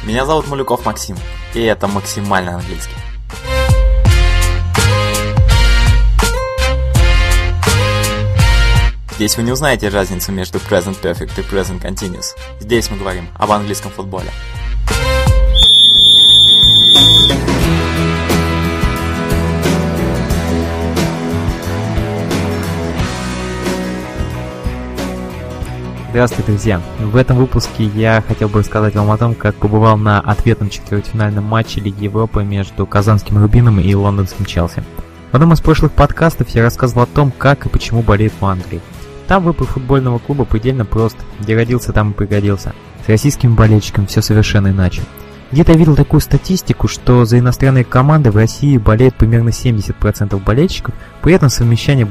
Меня зовут Малюков Максим, и это максимально английский. Здесь вы не узнаете разницу между Present Perfect и Present Continuous. Здесь мы говорим об английском футболе. Здравствуйте, друзья! В этом выпуске я хотел бы рассказать вам о том, как побывал на ответном четвертьфинальном матче Лиги Европы между казанским Рубином и лондонским Челси. В одном из прошлых подкастов я рассказывал о том, как и почему болеют в Англии. Там выбор футбольного клуба предельно прост, где родился, там и пригодился. С российскими болельщиками все совершенно иначе. Где-то я видел такую статистику, что за иностранные команды в России болеет примерно 70% болельщиков, при этом совмещая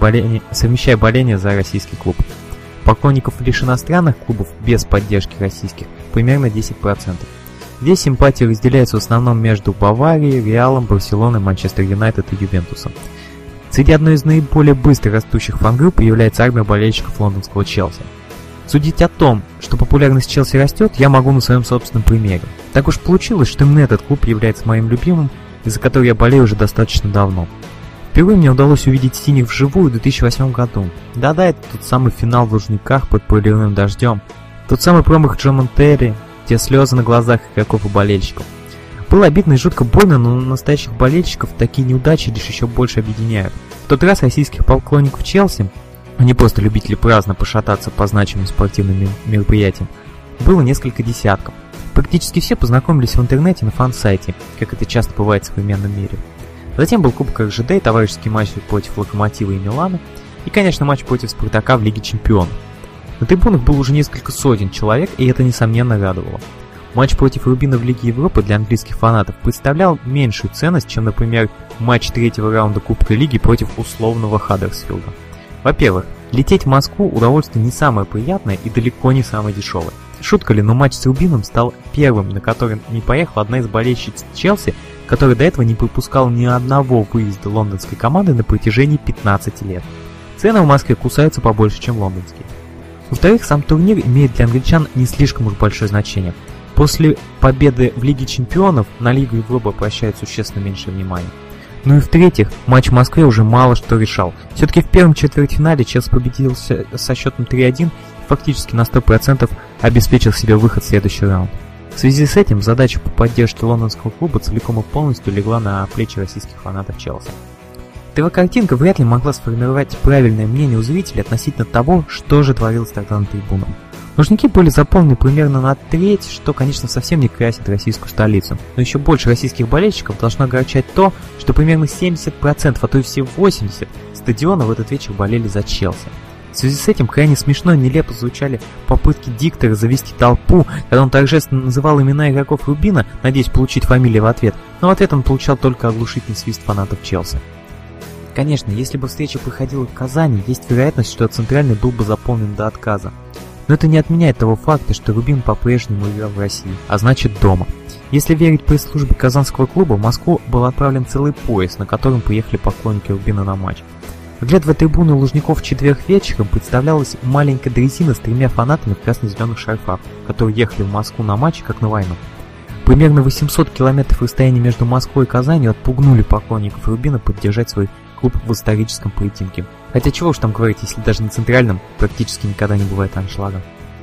боление за российский клуб. Поклонников лишь иностранных клубов без поддержки российских примерно 10%. Здесь симпатии разделяются в основном между Баварией, Реалом, Барселоной, Манчестер Юнайтед и Ювентусом. Среди одной из наиболее быстро растущих фан-групп является армия болельщиков лондонского Челси. Судить о том, что популярность Челси растет, я могу на своем собственном примере. Так уж получилось, что именно этот клуб является моим любимым, из-за которого я болею уже достаточно давно. Впервые мне удалось увидеть синих вживую в 2008 году. Да-да, это тот самый финал в Лужниках под проливным дождем. Тот самый промах Джона Терри, те слезы на глазах игроков и болельщиков. Было обидно и жутко больно, но настоящих болельщиков такие неудачи лишь еще больше объединяют. В тот раз российских поклонников Челси, а не просто любителей праздно пошататься по значимым спортивным мероприятиям, было несколько десятков. Практически все познакомились в интернете на фан-сайте, как это часто бывает в современном мире. Затем был Кубок РЖД, товарищеский матч против Локомотива и Милана, и, конечно, матч против Спартака в Лиге Чемпионов. На трибунах было уже несколько сотен человек, и это, несомненно, радовало. Матч против Рубина в Лиге Европы для английских фанатов представлял меньшую ценность, чем, например, матч третьего раунда Кубка Лиги против условного Хаддерсфилда. Во-первых, лететь в Москву удовольствие не самое приятное и далеко не самое дешевое. Шутка ли, но матч с Рубином стал первым, на который не поехала одна из болельщиц Челси, которая до этого не пропускала ни одного выезда лондонской команды на протяжении 15 лет. Цены в Москве кусаются побольше, чем лондонские. Во-вторых, сам турнир имеет для англичан не слишком уж большое значение. После победы в Лиге Чемпионов на Лигу Европы обращают существенно меньше внимания. Ну и в-третьих, матч в Москве уже мало что решал. Все-таки в первом четвертьфинале Челси победил со счетом 3-1 и фактически на 100% обеспечил себе выход в следующий раунд. В связи с этим задача по поддержке лондонского клуба целиком и полностью легла на плечи российских фанатов Челси. ТВ-картинка вряд ли могла сформировать правильное мнение у зрителей относительно того, что же творилось тогда на трибунах. Лужники были заполнены примерно на треть, что, конечно, совсем не красит российскую столицу. Но еще больше российских болельщиков должно огорчать то, что примерно 70%, а то и все 80% стадиона в этот вечер болели за Челси. В связи с этим крайне смешно и нелепо звучали попытки диктора завести толпу, когда он торжественно называл имена игроков Рубина, надеясь получить фамилии в ответ, но в ответ он получал только оглушительный свист фанатов Челси. Конечно, если бы встреча проходила в Казани, есть вероятность, что Центральный был бы заполнен до отказа. Но это не отменяет того факта, что Рубин по-прежнему играл в России, а значит дома. Если верить пресс-службе казанского клуба, в Москву был отправлен целый поезд, на котором приехали поклонники Рубина на матч. Выглядывая трибуны Лужников в четверг вечером, представлялась маленькая дрезина с 3 фанатами в красно-зеленых шарфах, которые ехали в Москву на матч, как на войну. Примерно 800 километров расстояния между Москвой и Казанью отпугнули поклонников Рубина поддержать свой клуб в историческом поединке. Хотя чего уж там говорить, если даже на Центральном практически никогда не бывает аншлага.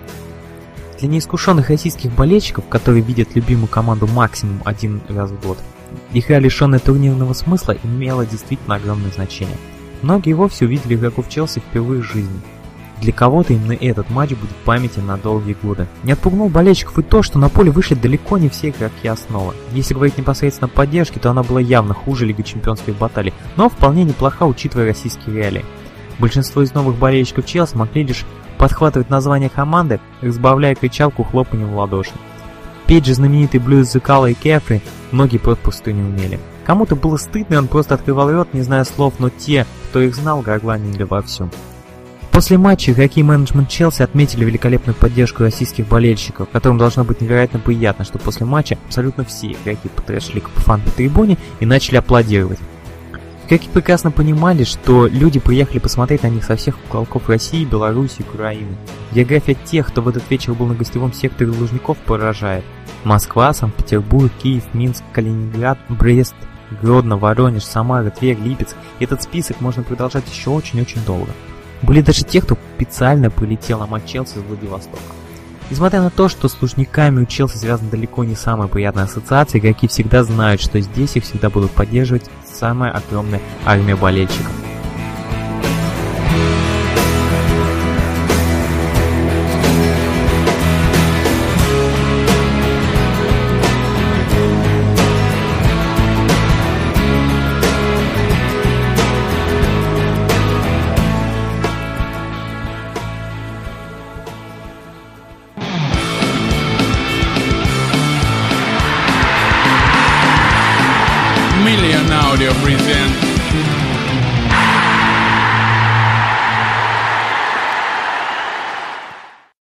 Для неискушенных российских болельщиков, которые видят любимую команду максимум один раз в год, игра, лишенная турнирного смысла, имела действительно огромное значение. Многие вовсе увидели игроков Челси впервые в жизни. Для кого-то именно этот матч будет в памяти на долгие годы. Не отпугнул болельщиков и то, что на поле вышли далеко не все игроки основы. Если говорить непосредственно о поддержке, то она была явно хуже Лиги Чемпионских баталий, но вполне неплоха, учитывая российские реалии. Большинство из новых болельщиков Челси могли лишь подхватывать название команды, разбавляя кричалку хлопанием в ладоши. Петь же знаменитый блюз Зекала и Кефри многие попросту не умели. Кому-то было стыдно, и он просто открывал рот, не зная слов, но те, кто их знал, горланили вовсю. После матча игроки и менеджмент Челси отметили великолепную поддержку российских болельщиков, которым должно быть невероятно приятно, что после матча абсолютно все игроки потрошили по фан-трибуне и начали аплодировать. Как и прекрасно понимали, что люди приехали посмотреть на них со всех уголков России, Беларуси и Украины. География тех, кто в этот вечер был на гостевом секторе Лужников, поражает. Москва, Санкт-Петербург, Киев, Минск, Калининград, Брест, Гродно, Воронеж, Самара, Тверь, Липецк. Этот список можно продолжать еще очень-очень долго. Были даже те, кто специально прилетел на матч Челси из Владивостока. Несмотря на то, что с Лужниками у Челси связана далеко не самая приятная ассоциация, игроки всегда знают, что здесь их всегда будут поддерживать самая огромная армия болельщиков. Million Audio present